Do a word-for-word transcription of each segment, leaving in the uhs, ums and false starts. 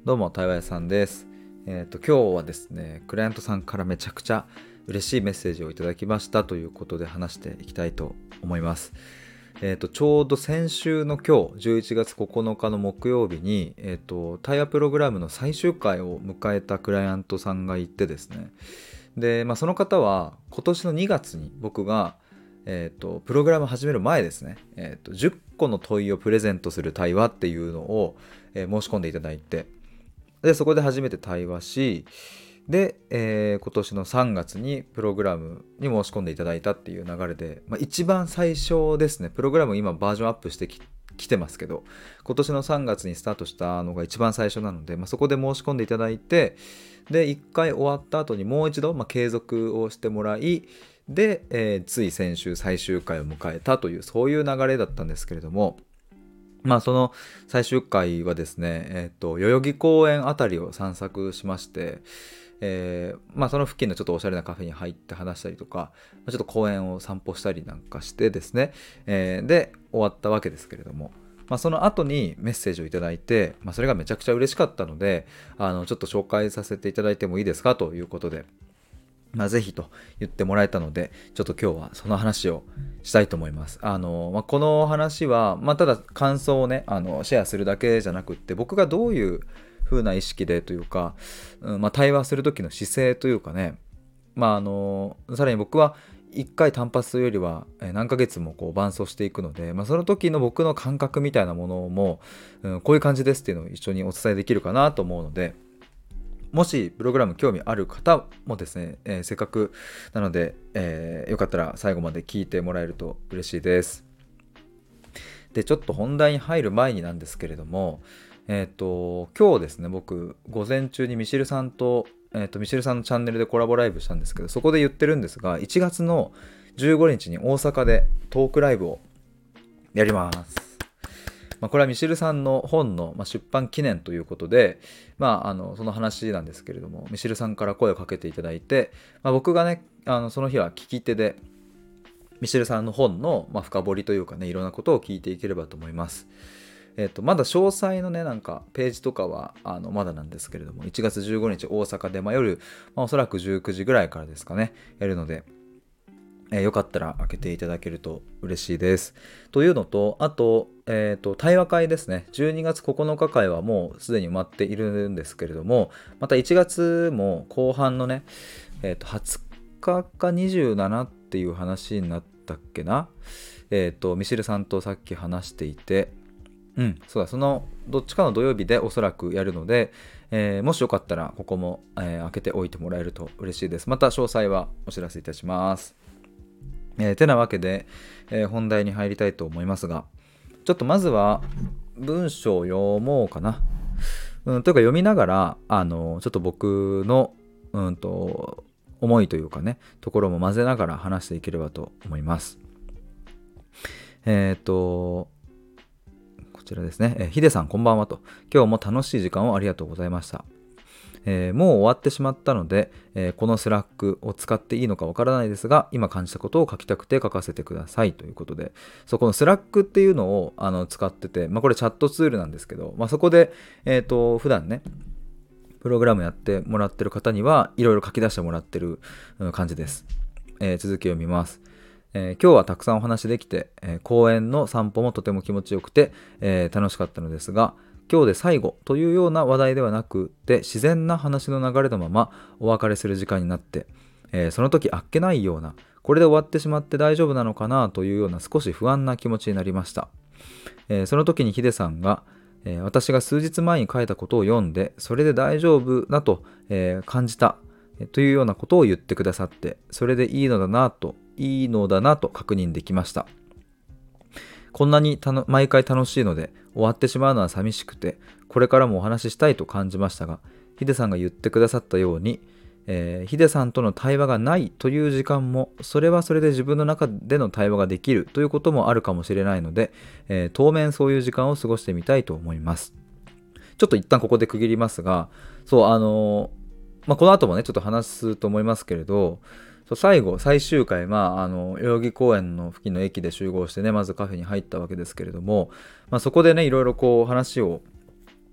どうも、対話屋さんです。えっと、今日はですね、クライアントさんからめちゃくちゃ嬉しいメッセージをいただきましたということで話していきたいと思います。えっと、ちょうど先週の今日、じゅういちがつここのかの木曜日に、えっと、対話プログラムの最終回を迎えたクライアントさんがいてですね、で、まあ、その方は今年のにがつに僕がえーと、プログラム始める前ですね、えーと、じゅっこの問いをプレゼントする対話っていうのを、えー申し込んでいただいて、でそこで初めて対話し、で、えー今年のさんがつにプログラムに申し込んでいただいたっていう流れで、まあ、一番最初ですね。プログラム今バージョンアップしてき来てますけど、今年のさんがつにスタートしたのが一番最初なので、まあ、そこで申し込んでいただいて、でいっかい終わった後にもう一度、まあ、継続をしてもらい、で、えーつい先週最終回を迎えたという、そういう流れだったんですけれども、まあその最終回はですね、えっと代々木公園あたりを散策しまして、えーまあその付近のちょっとおしゃれなカフェに入って話したりとか、まあちょっと公園を散歩したりなんかしてですね、えーで終わったわけですけれども、まあ、その後にメッセージをいただいて、まあ、それがめちゃくちゃ嬉しかったので、あのちょっと紹介させていただいてもいいですかということで、まあ、ぜひと言ってもらえたので、ちょっと今日はその話をしたいと思います。あの、まあ、この話は、まあ、ただ感想をね、あのシェアするだけじゃなくって、僕がどういう風な意識でというか、うん、まあ、対話する時の姿勢というかね、まあ、あのさらに僕はいっかい単発というよりは何ヶ月もこう伴走していくので、まあ、その時の僕の感覚みたいなものも、うん、こういう感じですっていうのを一緒にお伝えできるかなと思うので、もしプログラム興味ある方もですね、えーせっかくなので、えーよかったら最後まで聞いてもらえると嬉しいです。で、ちょっと本題に入る前になんですけれども、えっと、今日ですね、僕、午前中にミシルさんと、えっと、ミシルさんのチャンネルでコラボライブしたんですけど、そこで言ってるんですが、いちがつのじゅうごにちに大阪でトークライブをやります。まあ、これはミシルさんの本の出版記念ということで、まあ、あのその話なんですけれども、ミシルさんから声をかけていただいて、まあ、僕がね、あのその日は聞き手で、ミシルさんの本の、まあ、深掘りというかね、いろんなことを聞いていければと思います。えっと、まだ詳細のね、なんかページとかはあのまだなんですけれども、いちがつじゅうごにち大阪で、まあ、夜、まあ、おそらくじゅうくじぐらいからですかね、やるので、えーよかったら開けていただけると嬉しいです。というのと、あと、えっと、対話会ですね。じゅうにがつここのか会はもうすでに埋まっているんですけれども、またいちがつも後半のね、えっと、はつかかにじゅうしちっていう話になったっけな。えっと、ミシルさんとさっき話していて、うん、そうだ、そのどっちかの土曜日でおそらくやるので、えーもしよかったらここも、えー開けておいてもらえると嬉しいです。また詳細はお知らせいたします。えーてなわけで、えー本題に入りたいと思いますが、ちょっとまずは文章を読もうかな。うん、というか読みながら、あのちょっと僕の、うんと、思いというかね、ところも混ぜながら話していければと思います。えっ、と、こちらですね。えーヒデさんこんばんはと。今日も楽しい時間をありがとうございました。えーもう終わってしまったので、えーこのスラックを使っていいのかわからないですが、今感じたことを書きたくて書かせてくださいということで、そこのスラックっていうのをあの使ってて、まあ、これチャットツールなんですけど、まあ、そこで、えーと、普段ね、プログラムやってもらってる方にはいろいろ書き出してもらってるうん感じです。えー続きを見ます。えー今日はたくさんお話できて、えー公園の散歩もとても気持ちよくて、えー楽しかったのですが、今日で最後というような話題ではなくて、自然な話の流れのままお別れする時間になって、えーその時あっけないような、これで終わってしまって大丈夫なのかなというような少し不安な気持ちになりました。えーその時にヒデさんが、えー私が数日前に書いたことを読んで、それで大丈夫だと、えー感じた、えーというようなことを言ってくださって、それでいいのだなと、いいのだなと確認できました。こんなにたの毎回楽しいので終わってしまうのは寂しくて、これからもお話ししたいと感じましたが、ヒデさんが言ってくださったように、えーヒデさんとの対話がないという時間も、それはそれで自分の中での対話ができるということもあるかもしれないので、えー当面そういう時間を過ごしてみたいと思います。ちょっと一旦ここで区切りますが、そう、あのーまあ、この後もね、ちょっと話すと思いますけれど、そう最後、最終回、まあ、あの、代々木公園の付近の駅で集合してね、まずカフェに入ったわけですけれども、まあ、そこでね、いろいろこう話を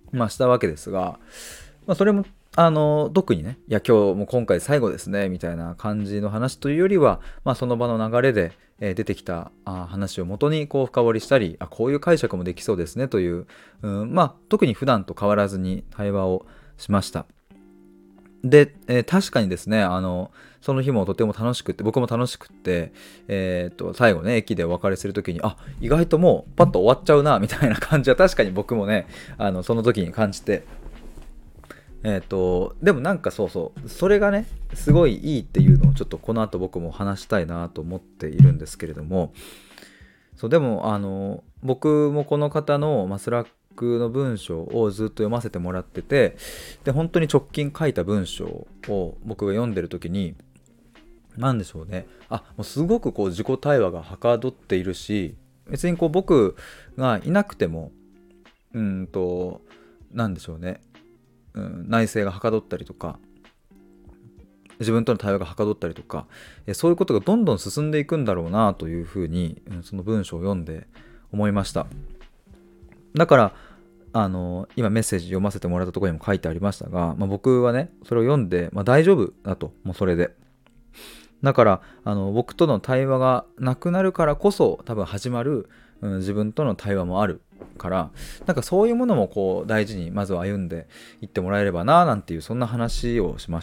まあしたわけですが、まあ、それもあの特にね、いや今日もう今回最後ですねみたいな感じの話というよりは、まあ、その場の流れで、えー出てきたあ話をもとにこう深掘りしたり、あこういう解釈もできそうですねという、うん、まあ特に普段と変わらずに対話をしました。で、えー確かにですね、あのその日もとても楽しくって、僕も楽しくって、えーっと最後ね駅でお別れする時に、あ意外ともうパッと終わっちゃうなみたいな感じは確かに僕もね、あのその時に感じて、えーとでもなんかそうそうそれがねすごいいいっていうのをちょっとこの後僕も話したいなと思っているんですけれども、そうでもあの僕もこの方のマスラックの文章をずっと読ませてもらってて、で本当に直近書いた文章を僕が読んでる時に、なんでしょうね、あもうすごくこう自己対話がはかどっているし、別にこう僕がいなくてもうんとなんでしょうね、うん、内省がはかどったりとか、自分との対話がはかどったりとか、えそういうことがどんどん進んでいくんだろうなというふうに、うん、その文章を読んで思いました。だからあの今メッセージ読ませてもらったところにも書いてありましたが、まあ、僕はねそれを読んで、まあ、大丈夫だと、もうそれでだからあの僕との対話がなくなるからこそ多分始まる、うん、自分との対話もあるから、なんかそういうものもこう大事にまずは歩んでいってもらえればななんていう、そんな話をしました。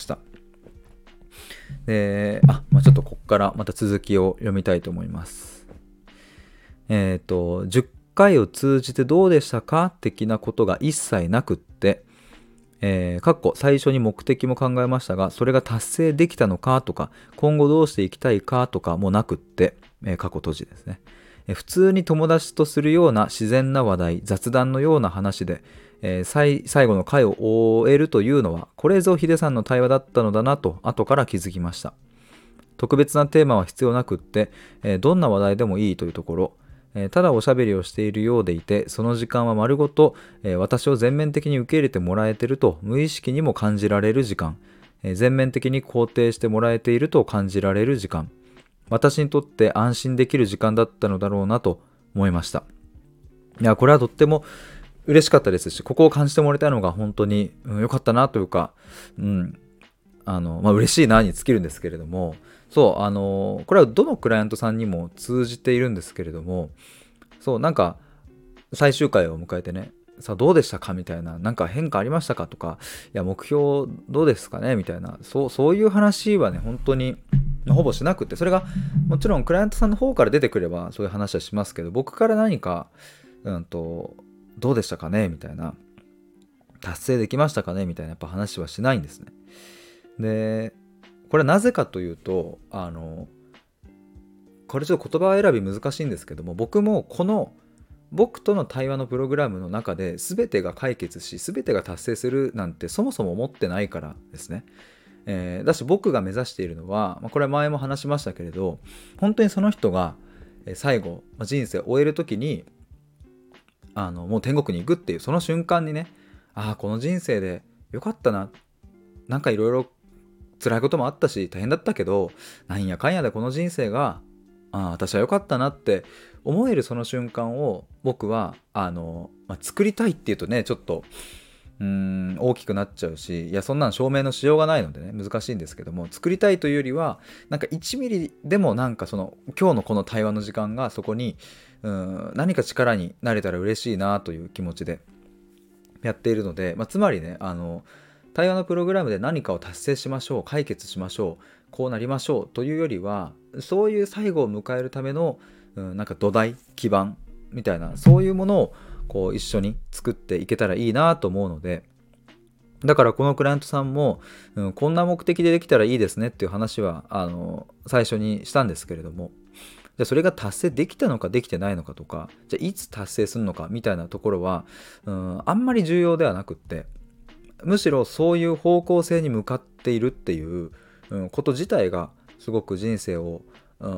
で、あ、まあ、ちょっとここからまた続きを読みたいと思います。えっと、じゅっかいを通じてどうでしたか的なことが一切なくって、えー、かっこ最初に目的も考えましたが、それが達成できたのかとか、今後どうしていきたいかとかもなくって、えー、過去閉じですね。えー普通に友達とするような自然な話題、雑談のような話で、えー最最後の回を終えるというのは、これぞヒデさんの対話だったのだなと後から気づきました。特別なテーマは必要なくって、えーどんな話題でもいいというところ、えーただおしゃべりをしているようでいて、その時間は丸ごと、えー私を全面的に受け入れてもらえていると無意識にも感じられる時間、えー全面的に肯定してもらえていると感じられる時間、私にとって安心できる時間だったのだろうなと思いました。いや、これはとっても嬉しかったですし、ここを感じてもらえたのが本当に良、うん、かったなというか、うん、あの、まあ、嬉しいなに尽きるんですけれども、そう、あの、これはどのクライアントさんにも通じているんですけれども、そう、なんか、最終回を迎えてね、さあどうでしたかみたいな、なんか変化ありましたかとか、いや、目標どうですかねみたいな、そう、そういう話はね、本当に、ほぼしなくて、それが、もちろんクライアントさんの方から出てくれば、そういう話はしますけど、僕から何か、うんと、どうでしたかねみたいな、達成できましたかねみたいな、やっぱ話はしないんですね。で、これはなぜかというと、あの、これちょっと言葉選び難しいんですけども、僕もこの僕との対話のプログラムの中で全てが解決し全てが達成するなんてそもそも思ってないからですね。えーだし僕が目指しているのは、まあ、これは前も話しましたけれど、本当にその人がえー最後、まあ人生を終える時にあのもう天国に行くっていうその瞬間にね、ああこの人生でよかったな、なんかいろいろ辛いこともあったし大変だったけど、なんやかんやでこの人生がああ私は良かったなって思えるその瞬間を僕はあの、まあ、作りたいっていうとねちょっとうーん大きくなっちゃうし、いやそんなの証明のしようがないのでね難しいんですけども、作りたいというよりはなんかいちミリでもなんかその今日のこの対話の時間がそこにうーん何か力になれたら嬉しいなという気持ちでやっているので、まあ、つまりねあの対話のプログラムで何かを達成しましょう、解決しましょう、こうなりましょうというよりは、そういう最後を迎えるための、うん、なんか土台基盤みたいなそういうものをこう一緒に作っていけたらいいなと思うので、だからこのクライアントさんも、うん、こんな目的でできたらいいですねっていう話はあの最初にしたんですけれども、じゃあそれが達成できたのかできてないのかとか、じゃあいつ達成するのかみたいなところは、うん、あんまり重要ではなくって、むしろそういう方向性に向かっているっていう、うん、こと自体がすごく人生を、うん、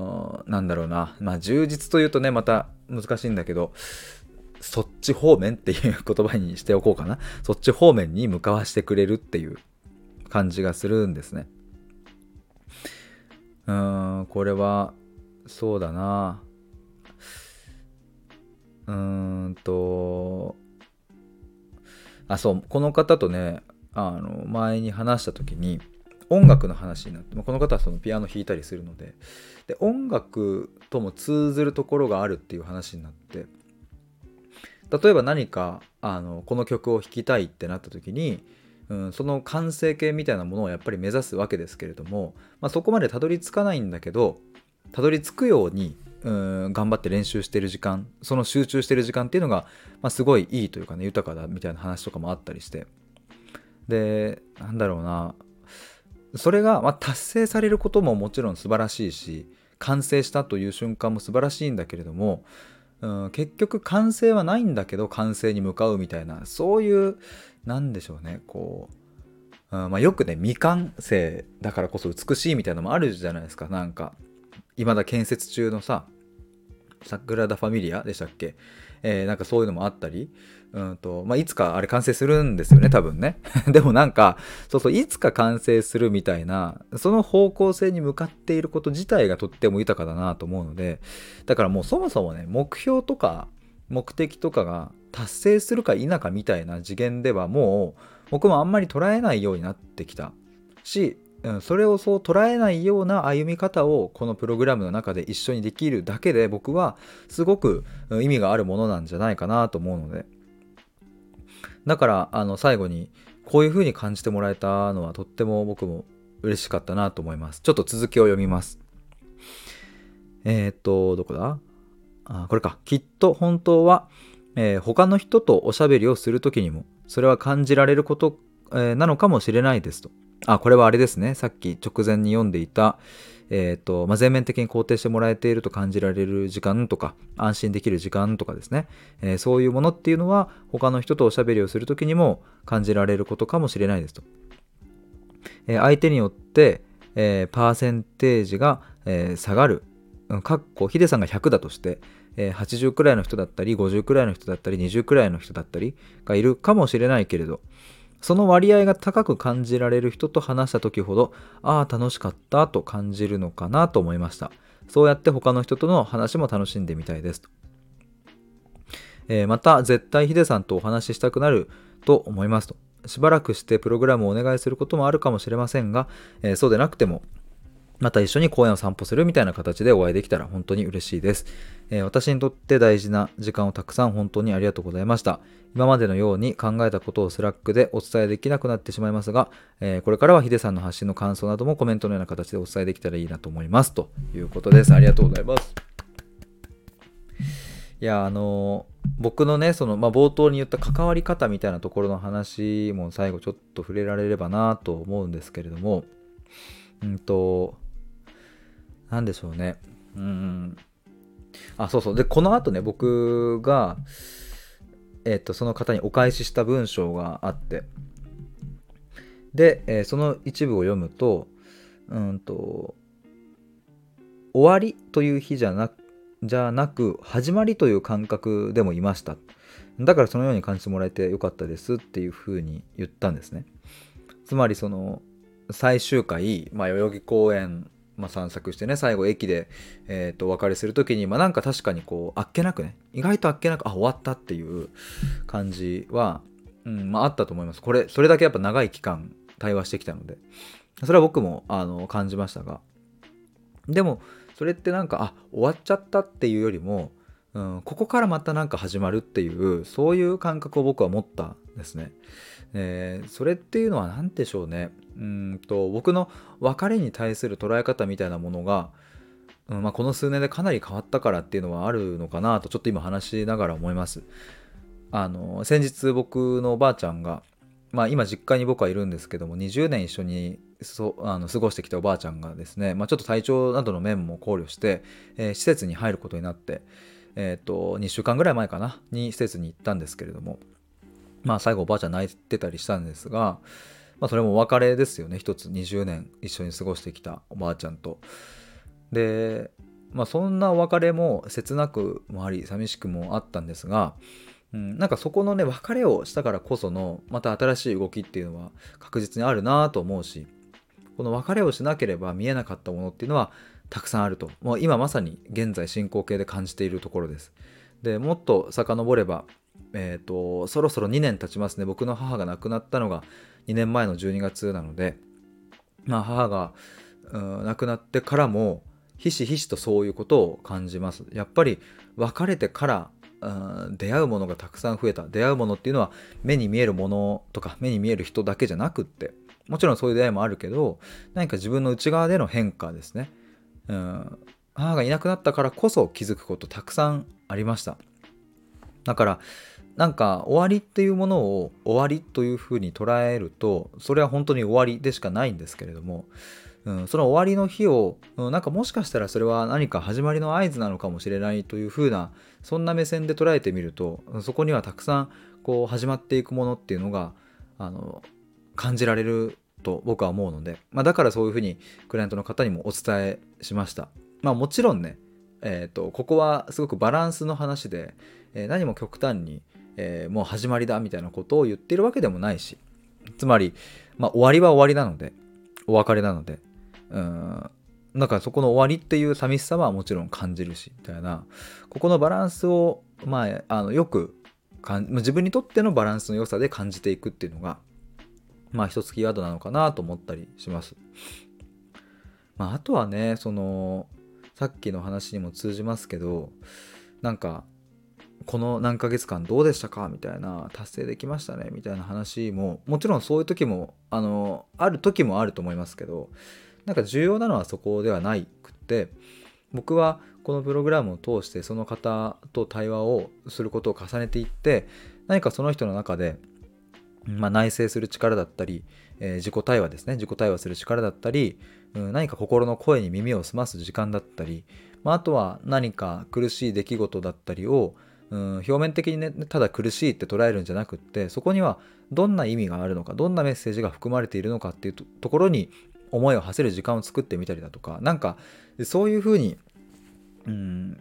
なんだろうな、まあ充実というとねまた難しいんだけど、そっち方面っていう言葉にしておこうかな、そっち方面に向かわしてくれるっていう感じがするんですね。うーんこれはそうだな、うーんとあ、そう、この方とね、あの前に話した時に音楽の話になって、この方はそのピアノ弾いたりするので、で音楽とも通ずるところがあるっていう話になって、例えば何かあのこの曲を弾きたいってなった時に、うん、その完成形みたいなものをやっぱり目指すわけですけれども、まあ、そこまでたどり着かないんだけど、たどり着くようにうん頑張って練習してる時間、その集中してる時間っていうのが、まあ、すごいいいというかね、豊かだみたいな話とかもあったりして、でなんだろうな、それがまあ達成されることももちろん素晴らしいし、完成したという瞬間も素晴らしいんだけれども、うん、結局完成はないんだけど完成に向かうみたいな、そういうなんでしょうね、こう、うん、まあ、よくね未完成だからこそ美しいみたいなのもあるじゃないですか。なんか未だ建設中のさ、サグラダ・ファミリアでしたっけ、えー、なんかそういうのもあったり、うんとまあ、いつかあれ完成するんですよね多分ねでもなんかそうそう、いつか完成するみたいな、その方向性に向かっていること自体がとっても豊かだなと思うので、だからもうそもそもね、目標とか目的とかが達成するか否かみたいな次元ではもう僕もあんまり捉えないようになってきたし、うん、それをそう捉えないような歩み方をこのプログラムの中で一緒にできるだけで、僕はすごく意味があるものなんじゃないかなと思うので、だからあの最後にこういう風に感じてもらえたのはとっても僕も嬉しかったなと思います。ちょっと続きを読みます。えー、っとどこだ、あ、これか。きっと本当は、えー他の人とおしゃべりをするときにもそれは感じられること、えーなのかもしれないですと。あ、これはあれですね。さっき直前に読んでいた、えっと、まあ、全面的に肯定してもらえていると感じられる時間とか、安心できる時間とかですね。えーそういうものっていうのは、他の人とおしゃべりをするときにも感じられることかもしれないですと。えー相手によって、えーパーセンテージが、えー下がる。うん、かっこヒデさんがひゃくだとして、えーはちじゅうくらいの人だったり、ごじゅうくらいの人だったり、にじゅうくらいの人だったりがいるかもしれないけれど、その割合が高く感じられる人と話した時ほど、ああ楽しかったと感じるのかなと思いました。そうやって他の人との話も楽しんでみたいですと。えーまた絶対ヒデさんとお話ししたくなると思いますと。しばらくしてプログラムをお願いすることもあるかもしれませんが、えーそうでなくてもまた一緒に公園を散歩するみたいな形でお会いできたら本当に嬉しいです。えー私にとって大事な時間をたくさん本当にありがとうございました。今までのように考えたことをスラックでお伝えできなくなってしまいますが、えーこれからはヒデさんの発信の感想などもコメントのような形でお伝えできたらいいなと思います。ということです。ありがとうございます。いや、あのー僕のね、その、まあ、冒頭に言った関わり方みたいなところの話も最後ちょっと触れられればなと思うんですけれども、うんと、なんでしょうね。うん。あ、そうそう。で、この後ね、僕が、えっと、その方にお返しした文章があって、で、えーその一部を読むと、うんと、終わりという日じゃなく、じゃなく、始まりという感覚でもいました。だからそのように感じてもらえてよかったですっていうふうに言ったんですね。つまりその、最終回、まあ、代々木公園、まあ、散策してね、最後駅で、えー、とお別れするときに、まあ、なんか確かにこうあっけなくね、意外とあっけなく、あ、終わったっていう感じは、うんまあ、あったと思います。これそれだけやっぱ長い期間対話してきたので、それは僕もあの感じましたが、でもそれってなんか、あ、終わっちゃったっていうよりも、うん、ここからまたなんか始まるっていう、そういう感覚を僕は持ったんですね。えーそれっていうのは何でしょうね。うーんと僕の別れに対する捉え方みたいなものが、うんまあ、この数年でかなり変わったからっていうのはあるのかなと、ちょっと今話しながら思います。あの先日僕のおばあちゃんが、まあ、今実家に僕はいるんですけども、にじゅうねん一緒にそあの過ごしてきたおばあちゃんがですね、まあ、ちょっと体調などの面も考慮して、えー施設に入ることになって、えっとにしゅうかんぐらい前かなに施設に行ったんですけれども、まあ最後おばあちゃん泣いてたりしたんですが、まあそれもお別れですよね。一つにじゅうねん一緒に過ごしてきたおばあちゃんと。で、まあそんなお別れも切なくもあり寂しくもあったんですが、うん、なんかそこのね別れをしたからこそのまた新しい動きっていうのは確実にあるなと思うし、この別れをしなければ見えなかったものっていうのはたくさんあると、もう今まさに現在進行形で感じているところです。でもっと遡れば、 えーと、そろそろにねん経ちますね。僕の母が亡くなったのがにねんまえのじゅうにがつなので、まあ、母が、うん、亡くなってからもひしひしとそういうことを感じます。やっぱり別れてから、うん、出会うものがたくさん増えた。出会うものっていうのは目に見えるものとか目に見える人だけじゃなくって、もちろんそういう出会いもあるけど、何か自分の内側での変化ですね。うん、母がいなくなったからこそ気づくことたくさんありました。だからなんか終わりっていうものを終わりというふうに捉えると、それは本当に終わりでしかないんですけれども、うん、その終わりの日を、うん、なんかもしかしたらそれは何か始まりの合図なのかもしれないというふうな、そんな目線で捉えてみると、そこにはたくさんこう始まっていくものっていうのがあの感じられると僕は思うので、まあ、だからそういうふうにクライアントの方にもお伝えしました。まあもちろんね、えーと、ここはすごくバランスの話で、えー何も極端に、えーもう始まりだみたいなことを言っているわけでもないし、つまり、まあ、終わりは終わりなので、お別れなので、うん、だからそこの終わりっていう寂しさはもちろん感じるしみたいな、ここのバランスを、まあ、あのよくかん自分にとってのバランスの良さで感じていくっていうのが、まあ一つキーワードなのかなと思ったりします。まあ、あとはね、そのさっきの話にも通じますけど、なんかこの何ヶ月間どうでしたかみたいな、達成できましたねみたいな話も、もちろんそういう時もあのある時もあると思いますけど、なんか重要なのはそこではないくって、僕はこのプログラムを通してその方と対話をすることを重ねていって、何かその人の中で、まあ、内省する力だったり、えー自己対話ですね、自己対話する力だったり、うん、何か心の声に耳を澄ます時間だったり、まあ、あとは何か苦しい出来事だったりを、うん、表面的にね、ただ苦しいって捉えるんじゃなくって、そこにはどんな意味があるのか、どんなメッセージが含まれているのかっていうとところに思いを馳せる時間を作ってみたりだとか、なんかそういうふうに、うん、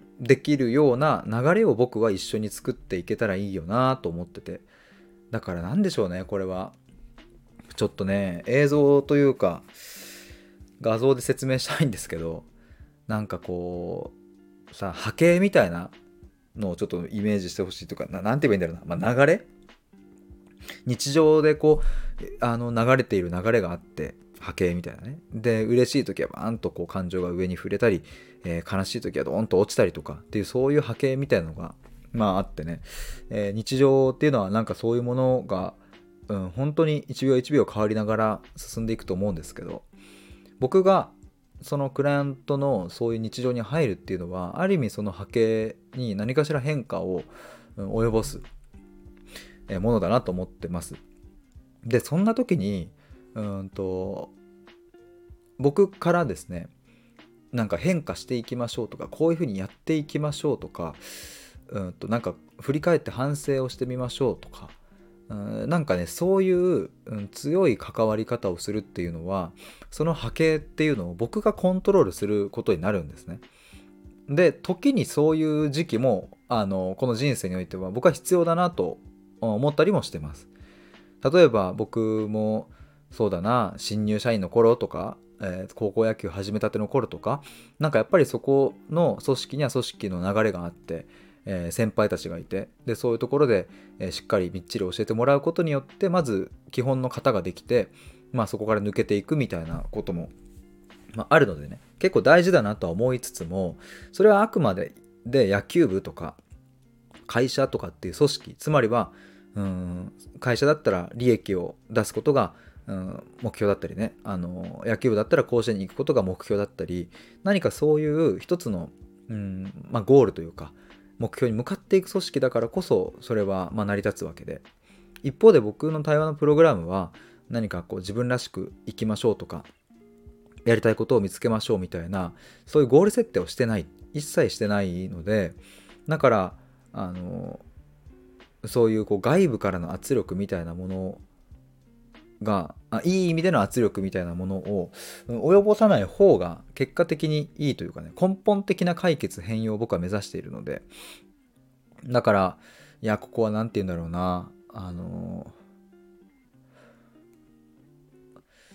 できるような流れを僕は一緒に作っていけたらいいよなと思ってて、だからなんでしょうね、これはちょっとね、映像というか画像で説明したいんですけど、なんかこうさ、波形みたいなのをちょっとイメージしてほしいとか、な、なんて言えばいいんだろうな、まあ、流れ、日常でこうあの流れている流れがあって、波形みたいなね。で、嬉しい時はバーンとこう感情が上に触れたり、えー悲しい時はドーンと落ちたりとかっていう、そういう波形みたいなのがまああってね、えー日常っていうのはなんかそういうものが、うん、本当に一秒一秒変わりながら進んでいくと思うんですけど、僕がそのクライアントのそういう日常に入るっていうのは、ある意味その波形に何かしら変化をうん及ぼすえものだなと思ってます。で、そんな時にうーんと僕からですね、なんか変化していきましょうとか、こういうふうにやっていきましょうとか、うんとなんか振り返って反省をしてみましょうとか、うん、なんかね、そういう、うん、強い関わり方をするっていうのは、その波形っていうのを僕がコントロールすることになるんですね。で、時にそういう時期もあのこの人生においては僕は必要だなと思ったりもしてます。例えば僕もそうだな、新入社員の頃とか、えー高校野球始めたての頃とか、なんかやっぱりそこの組織には組織の流れがあって、えー先輩たちがいて、でそういうところで、えーしっかりみっちり教えてもらうことによって、まず基本の型ができて、まあそこから抜けていくみたいなことも、まあ、あるのでね、結構大事だなとは思いつつも、それはあくまでで野球部とか会社とかっていう組織、つまりはうん会社だったら利益を出すことがうん目標だったりね、あの野球部だったら甲子園に行くことが目標だったり、何かそういう一つのうん、まあ、ゴールというか目標に向かっていく組織だからこそ、それはまあ成り立つわけで、一方で僕の対話のプログラムは何かこう自分らしく生きましょうとか、やりたいことを見つけましょうみたいな、そういうゴール設定をしてない、一切してないので、だからあのそういうこう外部からの圧力みたいなものが、あ、いい意味での圧力みたいなものをうん及ぼさない方が結果的にいいというかね、根本的な解決変容を僕は目指しているので、だからいや、ここは何て言うんだろうな、あの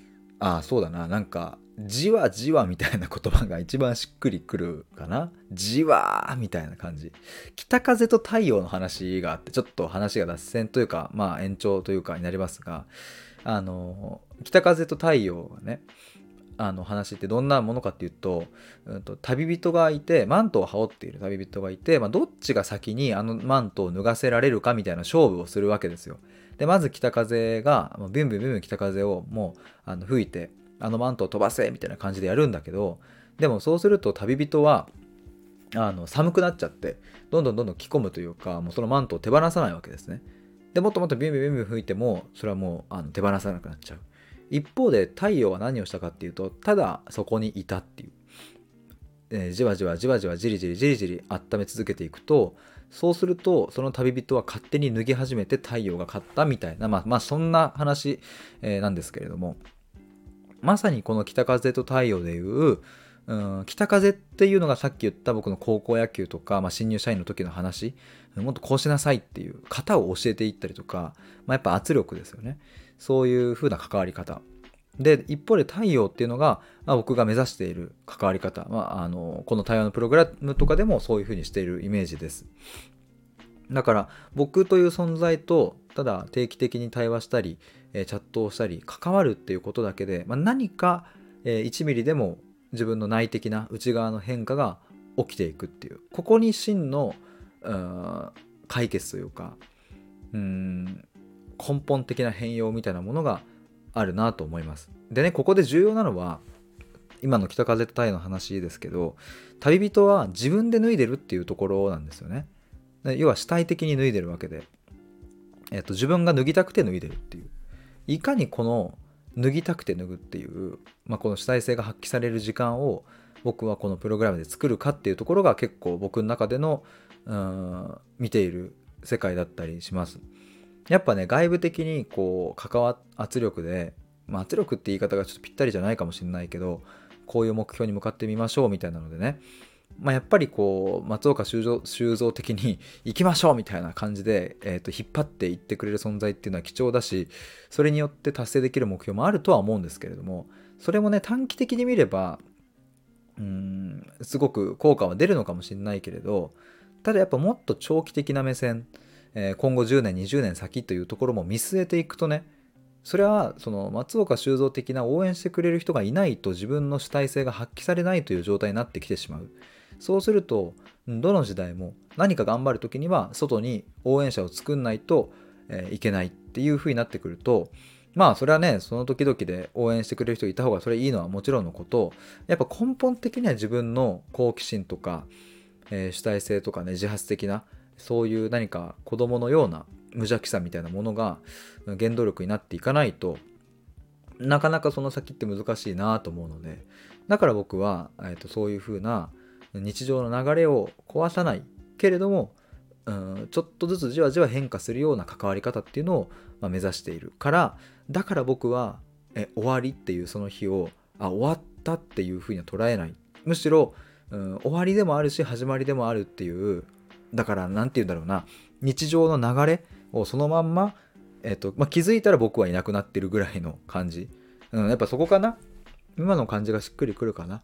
ああそうだな、なんかじわじわみたいな言葉が一番しっくりくるかな。じわーみたいな感じ。北風と太陽の話があって、ちょっと話が脱線というかまあ延長というかになりますが、あの北風と太陽がね、あの話ってどんなものかっていうと、うん、と旅人がいて、マントを羽織っている旅人がいて、まあ、どっちが先にあのマントを脱がせられるかみたいな勝負をするわけですよ。でまず北風がビュンビュンビュンビュン北風をもうあの吹いて、あのマントを飛ばせみたいな感じでやるんだけど、でもそうすると旅人はあの寒くなっちゃって、どんどんどんどん着込むというか、もうそのマントを手放さないわけですね。でもっともっとビュンビュンビュンビュン吹いてもそれはもうあの手放さなくなっちゃう。一方で太陽は何をしたかっていうと、ただそこにいたっていう、えーじわじわじわじわじりじりじりじり温め続けていくと、そうするとその旅人は勝手に脱ぎ始めて太陽が勝ったみたいな、まあまあそんな話、えーなんですけれども、まさにこの北風と太陽でいう、うん、北風っていうのがさっき言った僕の高校野球とか、まあ、新入社員の時の話、もっとこうしなさいっていう型を教えていったりとか、まあ、やっぱ圧力ですよね。そういう風な関わり方で、一方で太陽っていうのが、まあ、僕が目指している関わり方、まあ、あのこの対話のプログラムとかでもそういう風にしているイメージです。だから僕という存在とただ定期的に対話したり、えーチャットをしたり関わるっていうことだけで、まあ、何か、えーいちミリでも自分の内的な内側の変化が起きていくっていう、ここに真のうーん解決というか、うーん根本的な変容みたいなものがあるなと思います。でね、ここで重要なのは今の北風と太陽の話ですけど、旅人は自分で脱いでるっていうところなんですよね。要は主体的に脱いでるわけで、えっと、自分が脱ぎたくて脱いでるっていう、いかにこの脱ぎたくて脱ぐっていう、まあ、この主体性が発揮される時間を僕はこのプログラムで作るかっていうところが結構僕の中でのうーん見ている世界だったりします。やっぱね、外部的にこう関わ圧力で、まあ、圧力って言い方がちょっとぴったりじゃないかもしれないけど、こういう目標に向かってみましょうみたいなのでね、まあ、やっぱりこう松岡修造修造的に行きましょうみたいな感じで、えー、と引っ張っていってくれる存在っていうのは貴重だし、それによって達成できる目標もあるとは思うんですけれども、それもね短期的に見ればうーんすごく効果は出るのかもしれないけれど、ただやっぱもっと長期的な目線、えー今後じゅうねんにじゅうねん先というところも見据えていくとね、それはその松岡修造的な応援してくれる人がいないと自分の主体性が発揮されないという状態になってきてしまう。そうするとどの時代も何か頑張る時には外に応援者を作んないと、えーいけないっていう風になってくると、まあそれはね、その時々で応援してくれる人がいた方がそれいいのはもちろんのこと、やっぱ根本的には自分の好奇心とか、えー主体性とかね、自発的なそういう何か子供のような無邪気さみたいなものが原動力になっていかないと、なかなかその先って難しいなと思うので、だから僕は、えーとそういう風な日常の流れを壊さないけれども、うん、ちょっとずつじわじわ変化するような関わり方っていうのを、まあ、目指しているから、だから僕はえ終わりっていうその日をあ終わったっていう風には捉えない。むしろ、うん、終わりでもあるし始まりでもあるっていう、だからなんて言うんだろうな、日常の流れをそのまんま、えっとまあ、気づいたら僕はいなくなってるぐらいの感じ、うん、やっぱそこかな、今の感じがしっくりくるかな。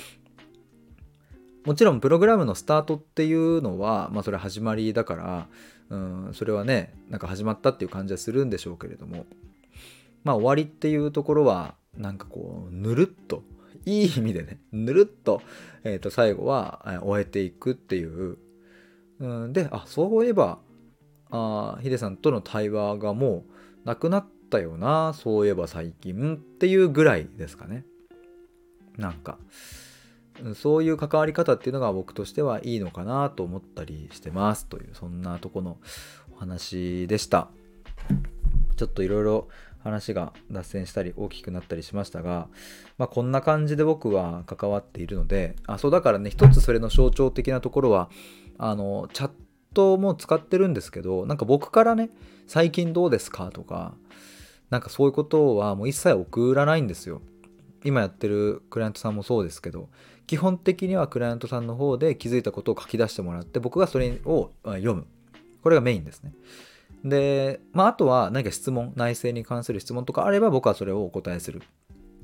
もちろんプログラムのスタートっていうのは、まあ、それは始まりだから、うん、それはねなんか始まったっていう感じはするんでしょうけれども、まあ終わりっていうところはなんかこうぬるっと、いい意味でねぬるっと、えー、と最後はえー終えていくっていう、うん、で、あそういえばあヒデさんとの対話がもうなくなったよな、そういえば最近っていうぐらいですかね。なんかそういう関わり方っていうのが僕としてはいいのかなと思ったりしてますという、そんなとこのお話でした。ちょっといろいろ話が脱線したり大きくなったりしましたが、まあ、こんな感じで僕は関わっているので、あそうだからね、一つそれの象徴的なところはあのチャットも使ってるんですけど、なんか僕からね最近どうですかとか、なんかそういうことはもう一切送らないんですよ。今やってるクライアントさんもそうですけど、基本的にはクライアントさんの方で気づいたことを書き出してもらって、僕がそれを読む、これがメインですね。で、まあ、あとは何か質問、内政に関する質問とかあれば僕はそれをお答えする。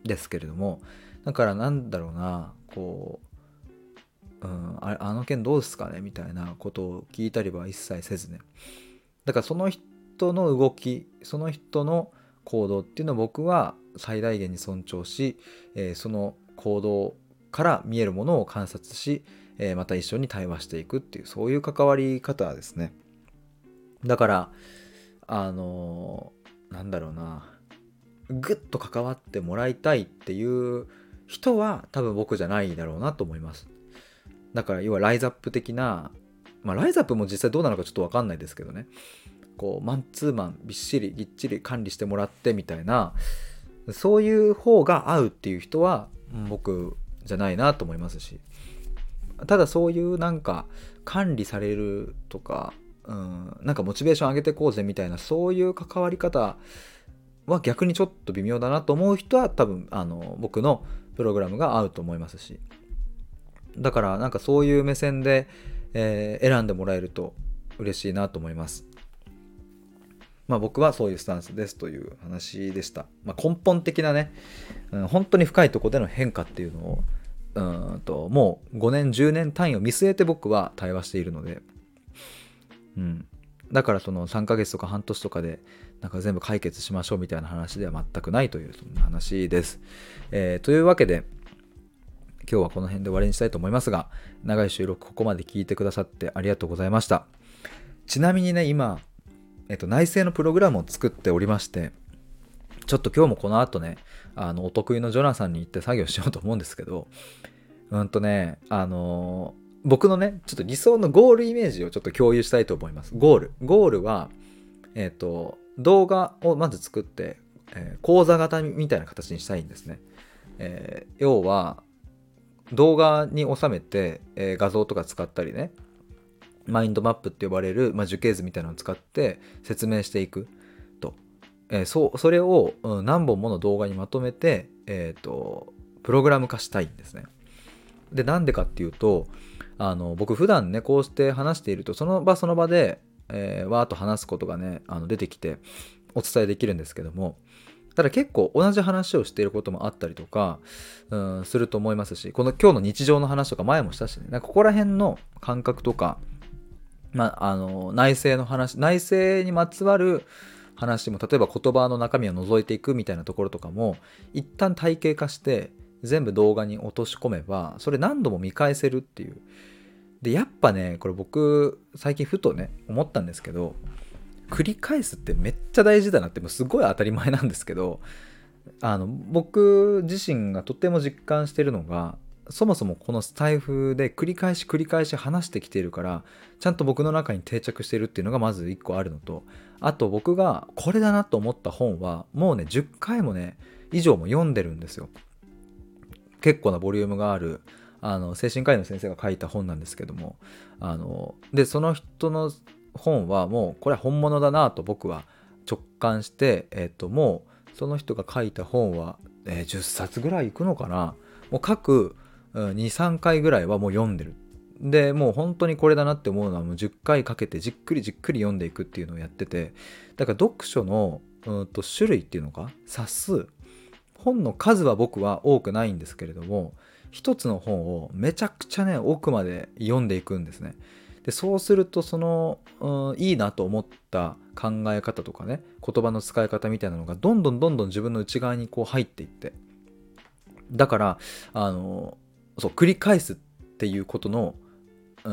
ですけれども、だからなんだろうな、こう、うん、あ、あの件どうですかねみたいなことを聞いたりは一切せずね。だからその人の動き、その人の行動っていうのを僕は最大限に尊重し、えーその行動から見えるものを観察し、えーまた一緒に対話していくっていう、そういう関わり方ですね。だからあのーなんだろうな、ぐっと関わってもらいたいっていう人は多分僕じゃないだろうなと思います。だから要はライズアップ的な、まあライズアップも実際どうなのかちょっと分かんないですけどね、こうマンツーマンびっしりぎっちり管理してもらってみたいな、そういう方が合うっていう人は僕じゃないなと思いますし、ただそういうなんか管理されるとか、うん、なんかモチベーション上げてこうぜみたいな、そういう関わり方は逆にちょっと微妙だなと思う人は多分あの僕のプログラムが合うと思いますし、だからなんかそういう目線で、えー選んでもらえると嬉しいなと思います。まあ僕はそういうスタンスですという話でした。まあ、根本的なね、うん、本当に深いところでの変化っていうのをうーんともうごねんじゅうねん単位を見据えて僕は対話しているので、うん、だからそのさんかげつとか半年とかでなんか全部解決しましょうみたいな話では全くないというそんな話です。えー、というわけで今日はこの辺で終わりにしたいと思いますが、長い収録ここまで聞いてくださってありがとうございました。ちなみにね今、えっと、内製のプログラムを作っておりまして、ちょっと今日もこの後ねあのお得意のジョナサンに行って作業しようと思うんですけど、うんとねあのー僕のねちょっと理想のゴールイメージをちょっと共有したいと思います。ゴールゴールはえっと動画をまず作って、えー講座型みたいな形にしたいんですね。えー要は動画に収めて、えー画像とか使ったりね、マインドマップって呼ばれる、まあ、樹形図みたいなのを使って説明していくと、えーそうそれを、うん、何本もの動画にまとめて、えーとプログラム化したいんですね。でなんでかっていうと、あの僕普段ねこうして話しているとその場その場で、えー、わーっと話すことがねあの出てきてお伝えできるんですけども、ただ結構同じ話をしていることもあったりとか、うん、すると思いますし、この今日の日常の話とか前もしたしね、なんかここら辺の感覚とか、まあ、あの内政の話、内政にまつわる話も、例えば言葉の中身を除いていくみたいなところとかも一旦体系化して全部動画に落とし込めばそれ何度も見返せるっていう。でやっぱねこれ僕最近ふとね思ったんですけど、繰り返すってめっちゃ大事だなって、もうすごい当たり前なんですけど、あの僕自身がとても実感してるのが、そもそもこのスタイフで繰り返し繰り返し話してきているから、ちゃんと僕の中に定着しているっていうのがまずいっこあるのと、あと僕がこれだなと思った本はもうねじゅっかいもね以上も読んでるんですよ。結構なボリュームがあるあの精神科医の先生が書いた本なんですけども、あのでその人の本はもうこれは本物だなと僕は直感して、えっともうその人が書いた本は、えーじゅっさつぐらいいくのかな、もう各にさんかいぐらいはもう読んでる。でもう本当にこれだなって思うのはもうじゅっかいかけてじっくりじっくり読んでいくっていうのをやってて、だから読書のうんと種類っていうのか冊数、本の数は僕は多くないんですけれども、一つの本をめちゃくちゃね奥まで読んでいくんですね。でそうするとその、うん、いいなと思った考え方とかね、言葉の使い方みたいなのがどんどんどんどん自分の内側にこう入っていって、だからあのそう繰り返すっていうことの、うん、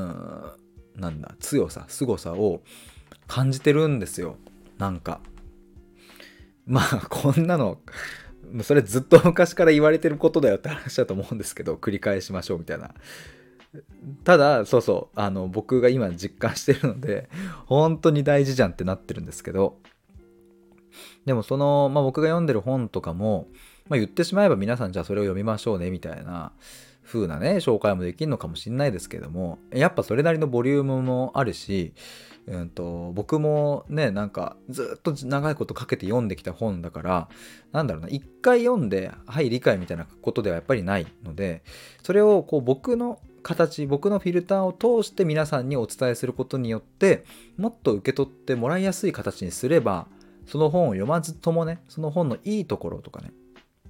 なんだ強さ凄さを感じてるんですよ。なんかまあこんなのそれずっと昔から言われてることだよって話だと思うんですけど、繰り返しましょうみたいな。ただそうそうあの僕が今実感してるので本当に大事じゃんってなってるんですけど、でもその、まあ、僕が読んでる本とかも、まあ、言ってしまえば皆さんじゃあそれを読みましょうねみたいな風なね紹介もできるのかもしれないですけども、やっぱそれなりのボリュームもあるし、うんと僕もねなんかずっと長いことかけて読んできた本だから、なんだろうな、一回読んではい理解みたいなことではやっぱりないので、それをこう僕の形、僕のフィルターを通して皆さんにお伝えすることによってもっと受け取ってもらいやすい形にすれば、その本を読まずともねその本のいいところとかね、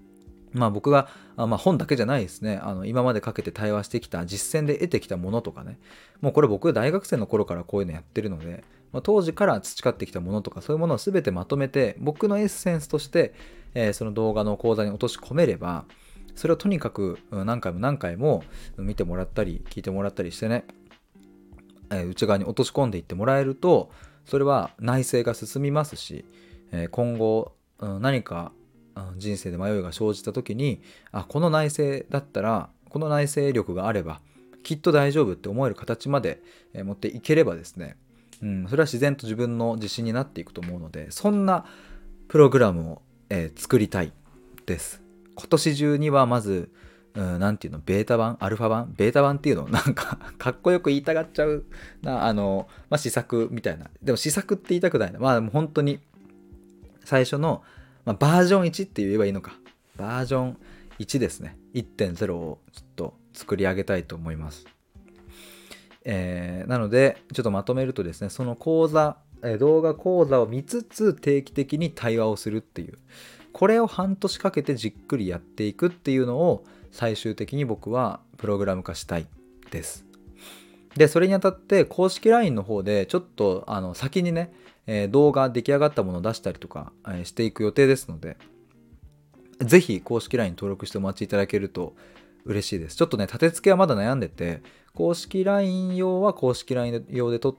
まあ僕が、あまあ本だけじゃないですね。あの今までかけて対話してきた実践で得てきたものとかね。もうこれ僕大学生の頃からこういうのやってるので、まあ、当時から培ってきたものとかそういうものを全てまとめて僕のエッセンスとして、えーその動画の講座に落とし込めれば、それをとにかくうん何回も何回も見てもらったり聞いてもらったりしてね、えー内側に落とし込んでいってもらえると、それは内省が進みますし、えー今後、うん何かうん人生で迷いが生じた時に、あこの内省だったら、この内省力があればきっと大丈夫って思える形まで、えー持っていければですね、うん、それは自然と自分の自信になっていくと思うので、そんなプログラムを、えー作りたいです。今年中にはまず、うん、なんていうの、ベータ版、アルファ版、ベータ版っていうの、なんかかっこよく言いたがっちゃうな、あの、まあ、試作みたいな。でも試作って言いたくないな。まあ、もう本当に最初の、まあ、バージョンいちって言えばいいのか。バージョンいちですね。いってんゼロ をちょっと作り上げたいと思います。えーなので、ちょっとまとめるとですね、その講座、えー動画講座を見つつ定期的に対話をするっていう、これを半年かけてじっくりやっていくっていうのを最終的に僕はプログラム化したいです。で、それにあたって公式 ライン の方でちょっとあの先にね、えー動画出来上がったものを出したりとか、えーしていく予定ですので、ぜひ公式 ライン 登録してお待ちいただけると嬉しいです。ちょっとね、立て付けはまだ悩んでて、公式 ライン 用は公式 ライン 用で撮って、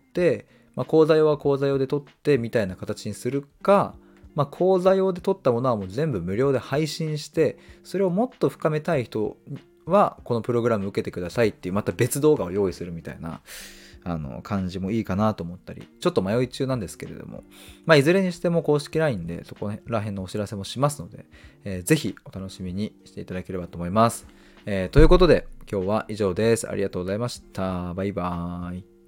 まあ、講座用は講座用で撮ってみたいな形にするか、まあ、講座用で撮ったものはもう全部無料で配信して、それをもっと深めたい人はこのプログラム受けてくださいっていうまた別動画を用意するみたいなあの感じもいいかなと思ったり、ちょっと迷い中なんですけれども、まあ、いずれにしても公式 ライン でそこら辺のお知らせもしますので、えーぜひお楽しみにしていただければと思います。えーということで今日は以上です。ありがとうございました。バイバーイ。